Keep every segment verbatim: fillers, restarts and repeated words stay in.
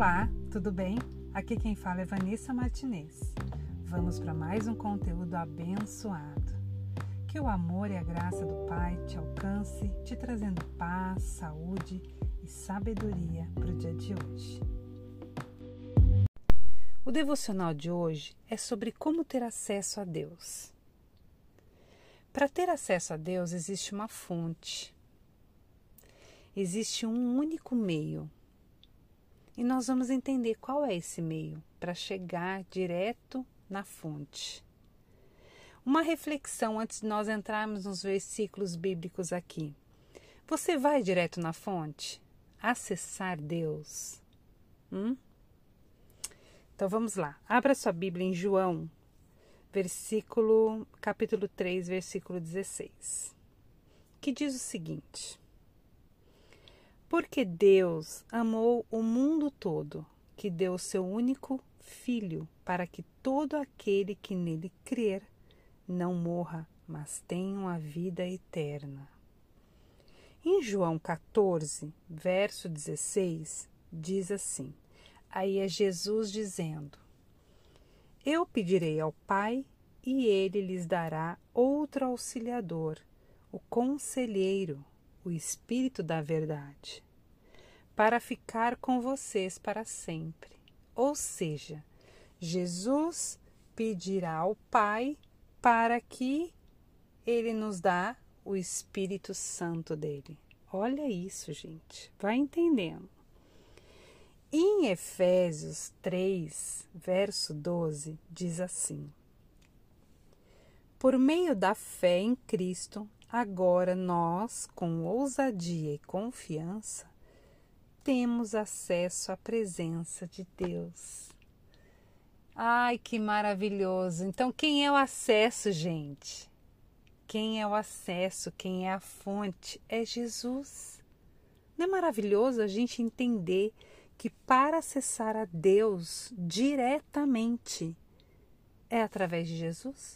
Olá, tudo bem? Aqui quem fala é Vanessa Martinez. Vamos para mais um conteúdo abençoado. Que o amor e a graça do Pai te alcance, te trazendo paz, saúde e sabedoria para o dia de hoje. O devocional de hoje é sobre como ter acesso a Deus. Para ter acesso a Deus existe uma fonte. Existe um único meio. E nós vamos entender qual é esse meio para chegar direto na fonte. Uma reflexão antes de nós entrarmos nos versículos bíblicos aqui. Você vai direto na fonte? Acessar Deus? Hum? Então vamos lá. Abra sua Bíblia em João, versículo, capítulo três, versículo dezesseis. Que diz o seguinte: Porque Deus amou o mundo todo, que deu o seu único Filho, para que todo aquele que nele crer não morra, mas tenha a vida eterna. Em João quatorze, verso dezesseis, diz assim, aí é Jesus dizendo, Eu pedirei ao Pai, e ele lhes dará outro auxiliador, o Conselheiro, o Espírito da Verdade, para ficar com vocês para sempre. Ou seja, Jesus pedirá ao Pai para que Ele nos dá o Espírito Santo dele. Olha isso, gente. Vai entendendo. Em Efésios três, verso doze, diz assim, Por meio da fé em Cristo, agora nós, com ousadia e confiança, temos acesso à presença de Deus. Ai, que maravilhoso! Então, quem é o acesso, gente? Quem é o acesso, quem é a fonte? É Jesus. Não é maravilhoso a gente entender que para acessar a Deus diretamente é através de Jesus?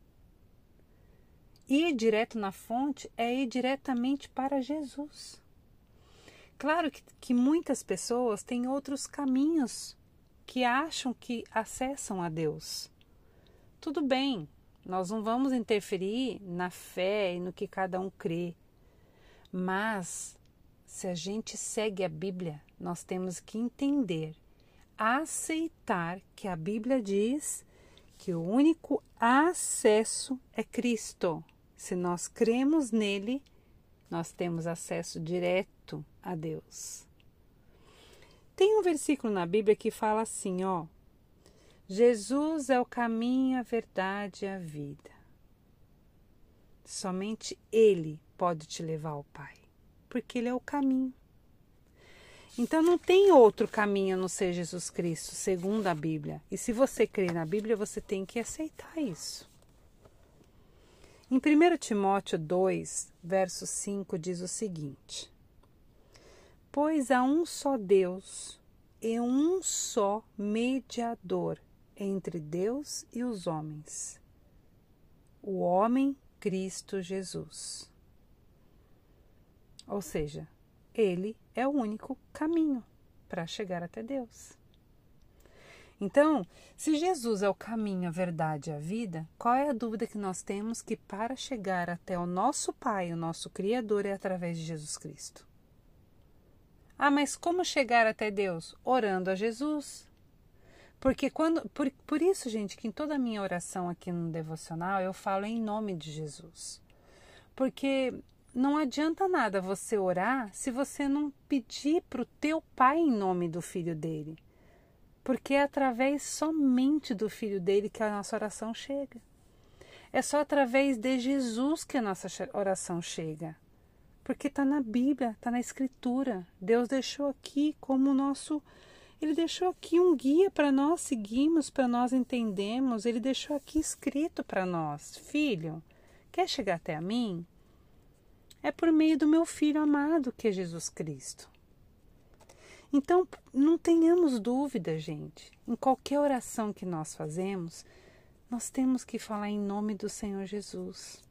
Ir direto na fonte é ir diretamente para Jesus. Claro que, que muitas pessoas têm outros caminhos que acham que acessam a Deus. Tudo bem, nós não vamos interferir na fé e no que cada um crê. Mas, se a gente segue a Bíblia, nós temos que entender, aceitar que a Bíblia diz que o único acesso é Cristo. Se nós cremos nele, nós temos acesso direto a Deus. Tem um versículo na Bíblia que fala assim, ó, Jesus é o caminho, a verdade e a vida. Somente Ele pode te levar ao Pai, porque Ele é o caminho. Então não tem outro caminho a não ser Jesus Cristo, segundo a Bíblia. E se você crer na Bíblia, você tem que aceitar isso. Em primeiro Timóteo dois, verso cinco, diz o seguinte, Pois há um só Deus e um só mediador entre Deus e os homens, o homem Cristo Jesus. Ou seja, Ele é o único caminho para chegar até Deus. Então, se Jesus é o caminho, a verdade e a vida, qual é a dúvida que nós temos que para chegar até o nosso Pai, o nosso Criador, é através de Jesus Cristo? Ah, mas como chegar até Deus? Orando a Jesus. Porque quando, por, por isso, gente, que em toda a minha oração aqui no devocional, eu falo em nome de Jesus. Porque não adianta nada você orar se você não pedir para o teu Pai em nome do Filho dele. Porque é através somente do Filho dele que a nossa oração chega. É só através de Jesus que a nossa oração chega. Porque está na Bíblia, está na Escritura. Deus deixou aqui como nosso... Ele deixou aqui um guia para nós seguirmos, para nós entendermos. Ele deixou aqui escrito para nós. Filho, quer chegar até a mim? É por meio do meu Filho amado, que é Jesus Cristo. Então, não tenhamos dúvida, gente. Em qualquer oração que nós fazemos, nós temos que falar em nome do Senhor Jesus.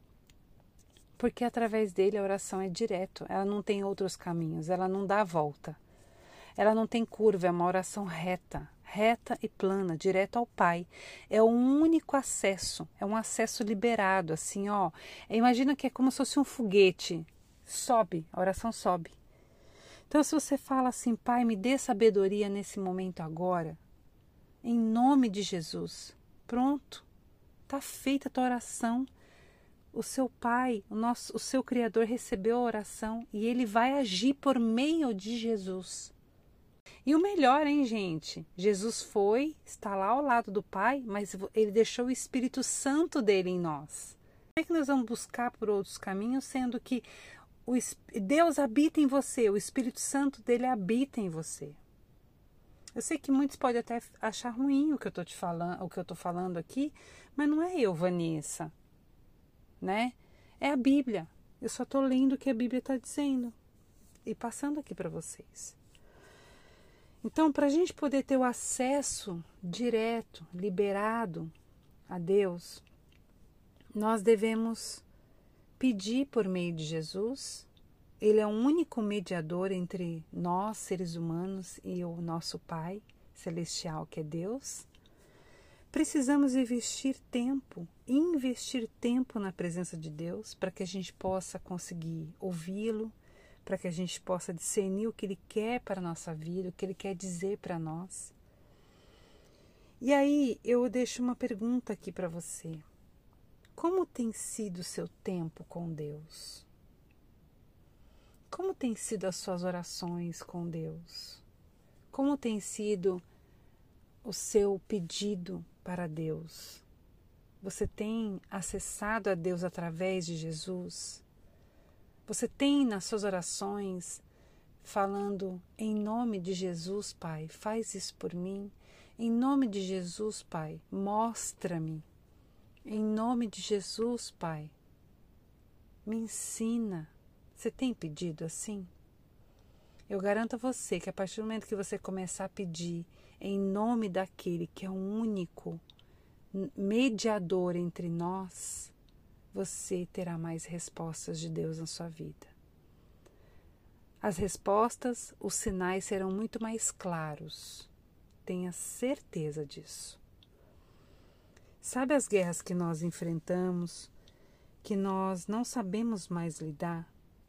Porque através dele a oração é direto, ela não tem outros caminhos, ela não dá a volta. Ela não tem curva, é uma oração reta, reta e plana, direto ao Pai. É o único acesso, é um acesso liberado, assim, ó. Imagina que é como se fosse um foguete. Sobe, a oração sobe. Então, se você fala assim, Pai, me dê sabedoria nesse momento agora, em nome de Jesus, pronto, está feita a tua oração. O seu Pai, o, nosso, o seu Criador recebeu a oração e Ele vai agir por meio de Jesus. E o melhor, hein, gente? Jesus foi, está lá ao lado do Pai, mas Ele deixou o Espírito Santo dele em nós. Como é que nós vamos buscar por outros caminhos, sendo que o, Deus habita em você, o Espírito Santo dele habita em você? Eu sei que muitos podem até achar ruim o que eu estou te falando, o que eu estou falando aqui, mas não é eu, Vanessa. Né? É a Bíblia. Eu só estou lendo o que a Bíblia está dizendo e passando aqui para vocês. Então, para a gente poder ter o acesso direto, liberado a Deus, nós devemos pedir por meio de Jesus. Ele é o único mediador entre nós, seres humanos, e o nosso Pai Celestial, que é Deus. Precisamos investir tempo, investir tempo na presença de Deus para que a gente possa conseguir ouvi-lo, para que a gente possa discernir o que Ele quer para a nossa vida, o que Ele quer dizer para nós. E aí eu deixo uma pergunta aqui para você. Como tem sido o seu tempo com Deus? Como tem sido as suas orações com Deus? Como tem sido o seu pedido para Deus? Você tem acessado a Deus através de Jesus? Você tem nas suas orações falando em nome de Jesus, Pai, faz isso por mim. Em nome de Jesus, Pai, mostra-me. Em nome de Jesus, Pai, me ensina. Você tem pedido assim? Eu garanto a você que a partir do momento que você começar a pedir em nome daquele que é o único mediador entre nós, você terá mais respostas de Deus na sua vida. As respostas, os sinais serão muito mais claros. Tenha certeza disso. Sabe as guerras que nós enfrentamos, que nós não sabemos mais lidar?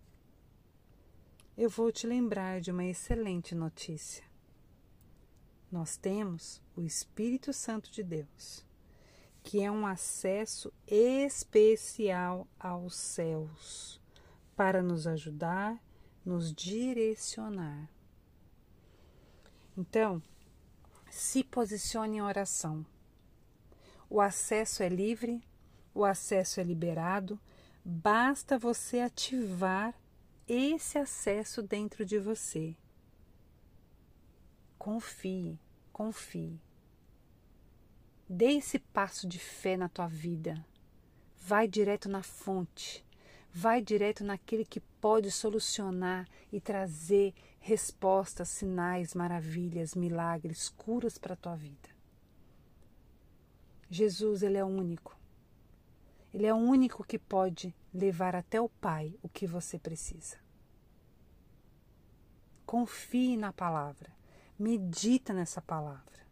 Eu vou te lembrar de uma excelente notícia. Nós temos o Espírito Santo de Deus, que é um acesso especial aos céus, para nos ajudar, nos direcionar. Então, se posicione em oração. O acesso é livre, o acesso é liberado, basta você ativar esse acesso dentro de você. Confie, confie. Dê esse passo de fé na tua vida. Vai direto na fonte. Vai direto naquele que pode solucionar e trazer respostas, sinais, maravilhas, milagres, curas para a tua vida. Jesus, Ele é o único. Ele é o único que pode levar até o Pai o que você precisa. Confie na palavra. Medita nessa palavra.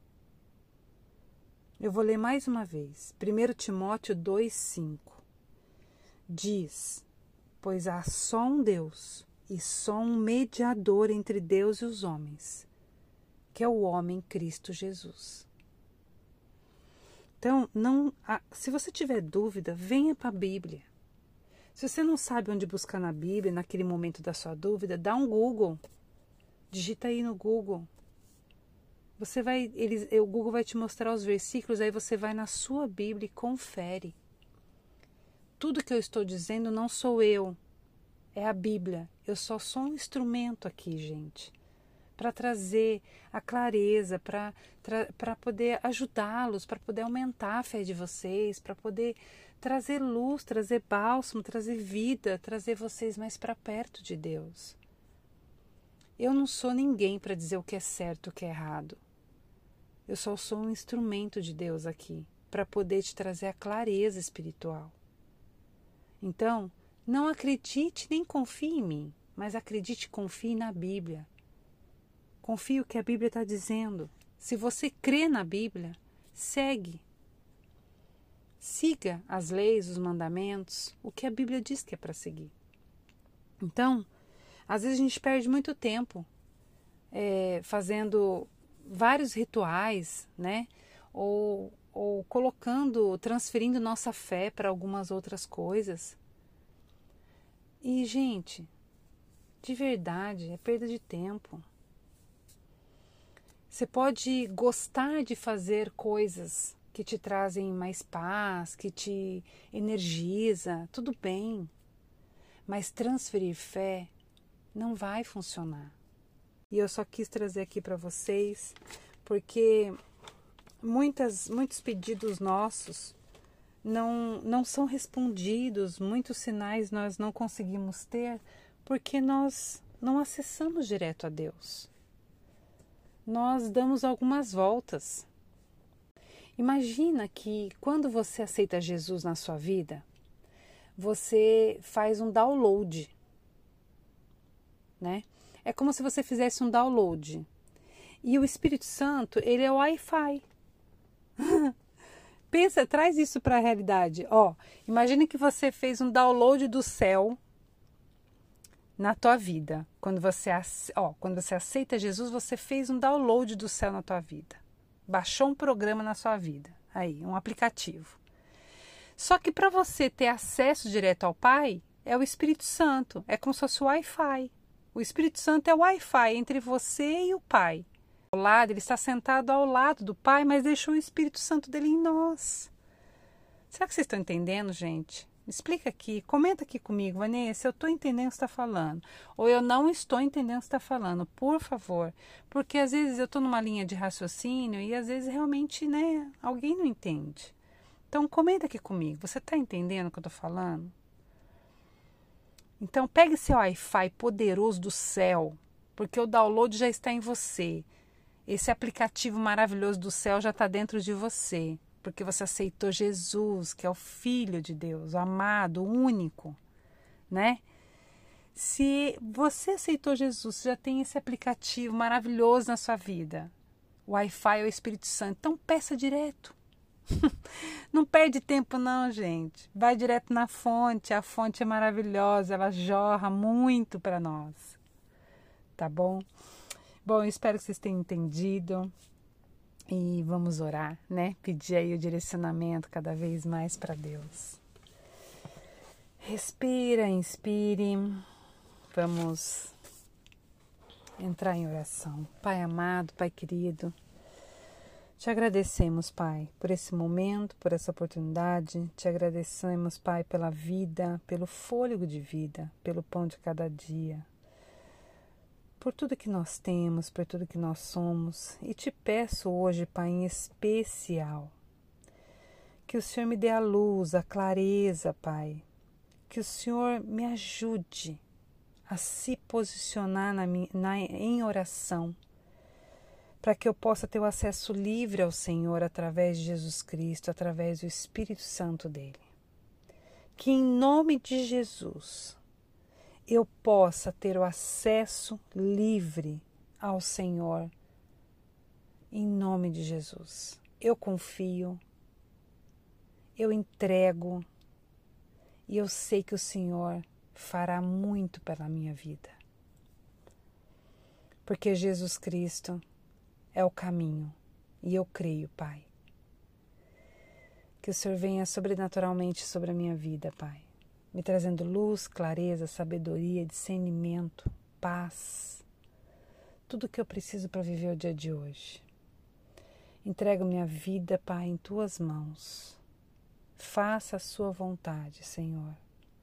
Eu vou ler mais uma vez. primeiro Timóteo dois, cinco. Diz, pois há só um Deus e só um mediador entre Deus e os homens, que é o homem Cristo Jesus. Então, não, se você tiver dúvida, venha para a Bíblia. Se você não sabe onde buscar na Bíblia, naquele momento da sua dúvida, dá um Google. Digita aí no Google. Você vai, eles, o Google vai te mostrar os versículos, aí você vai na sua Bíblia e confere. Tudo que eu estou dizendo não sou eu, é a Bíblia. Eu só sou um instrumento aqui, gente, para trazer a clareza, para para poder ajudá-los, para poder aumentar a fé de vocês, para poder trazer luz, trazer bálsamo, trazer vida, trazer vocês mais para perto de Deus. Eu não sou ninguém para dizer o que é certo e o que é errado. Eu só sou um instrumento de Deus aqui, para poder te trazer a clareza espiritual. Então, não acredite nem confie em mim, mas acredite e confie na Bíblia. Confie o que a Bíblia está dizendo. Se você crê na Bíblia, segue. Siga as leis, os mandamentos, o que a Bíblia diz que é para seguir. Então, às vezes a gente perde muito tempo é, fazendo vários rituais, né? Ou, ou colocando, transferindo nossa fé para algumas outras coisas. E, gente, de verdade, é perda de tempo. Você pode gostar de fazer coisas que te trazem mais paz, que te energiza, tudo bem. Mas transferir fé não vai funcionar. E eu só quis trazer aqui para vocês, porque muitas, muitos pedidos nossos não, não são respondidos, muitos sinais nós não conseguimos ter, porque nós não acessamos direto a Deus. Nós damos algumas voltas. Imagina que quando você aceita Jesus na sua vida, você faz um download, né? É como se você fizesse um download. E o Espírito Santo, ele é o Wi-Fi. Pensa, traz isso para a realidade. Ó, imagine que você fez um download do céu na tua vida. Quando você, ó, quando você aceita Jesus, você fez um download do céu na tua vida. Baixou um programa na sua vida, aí, um aplicativo. Só que para você ter acesso direto ao Pai, é o Espírito Santo, é como se fosse o Wi-Fi. O Espírito Santo é o Wi-Fi entre você e o Pai. Ao lado, ele está sentado ao lado do Pai, mas deixou o Espírito Santo dele em nós. Será que vocês estão entendendo, gente? Me explica aqui, comenta aqui comigo, Vanessa, eu estou entendendo o que você está falando. Ou eu não estou entendendo o que você está falando, por favor. Porque às vezes eu estou numa linha de raciocínio e às vezes realmente, né, alguém não entende. Então comenta aqui comigo, você está entendendo o que eu estou falando? Então pegue esse Wi-Fi poderoso do céu, porque o download já está em você. Esse aplicativo maravilhoso do céu já está dentro de você. Porque você aceitou Jesus, que é o Filho de Deus, o amado, o único, né? Se você aceitou Jesus, você já tem esse aplicativo maravilhoso na sua vida. O Wi-Fi é o Espírito Santo. Então peça direto. Não perde tempo não, gente. Vai direto na fonte. A fonte é maravilhosa, ela jorra muito para nós. Tá bom? Bom, eu espero que vocês tenham entendido. E vamos orar, né? Pedir aí o direcionamento cada vez mais para Deus. Respira, inspire. Vamos entrar em oração. Pai amado, Pai querido, te agradecemos, Pai, por esse momento, por essa oportunidade. Te agradecemos, Pai, pela vida, pelo fôlego de vida, pelo pão de cada dia. Por tudo que nós temos, por tudo que nós somos. E te peço hoje, Pai, em especial, que o Senhor me dê a luz, a clareza, Pai. Que o Senhor me ajude a se posicionar na, na, em oração, para que eu possa ter o acesso livre ao Senhor através de Jesus Cristo, através do Espírito Santo dele. Que em nome de Jesus eu possa ter o acesso livre ao Senhor, em nome de Jesus. Eu confio, eu entrego e eu sei que o Senhor fará muito pela minha vida. Porque Jesus Cristo é o caminho e eu creio, Pai. Que o Senhor venha sobrenaturalmente sobre a minha vida, Pai. Me trazendo luz, clareza, sabedoria, discernimento, paz. Tudo o que eu preciso para viver o dia de hoje. Entrego minha vida, Pai, em Tuas mãos. Faça a Sua vontade, Senhor.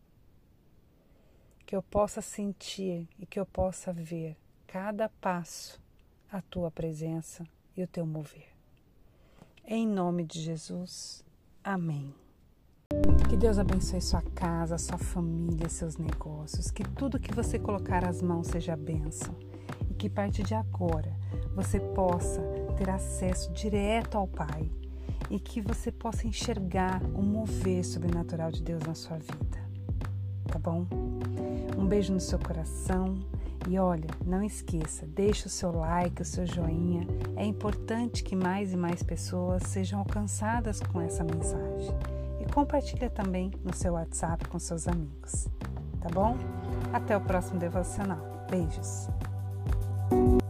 Que eu possa sentir e que eu possa ver cada passo a Tua presença e o Teu mover. Em nome de Jesus. Amém. Que Deus abençoe sua casa, sua família, seus negócios. Que tudo que você colocar as mãos seja bênção. E que a partir de agora você possa ter acesso direto ao Pai. E que você possa enxergar o mover sobrenatural de Deus na sua vida. Tá bom? Um beijo no seu coração E olha, não esqueça, deixe o seu like, o seu joinha. É importante que mais e mais pessoas sejam alcançadas com essa mensagem. E compartilha também no seu WhatsApp com seus amigos. Tá bom? Até o próximo devocional. Beijos!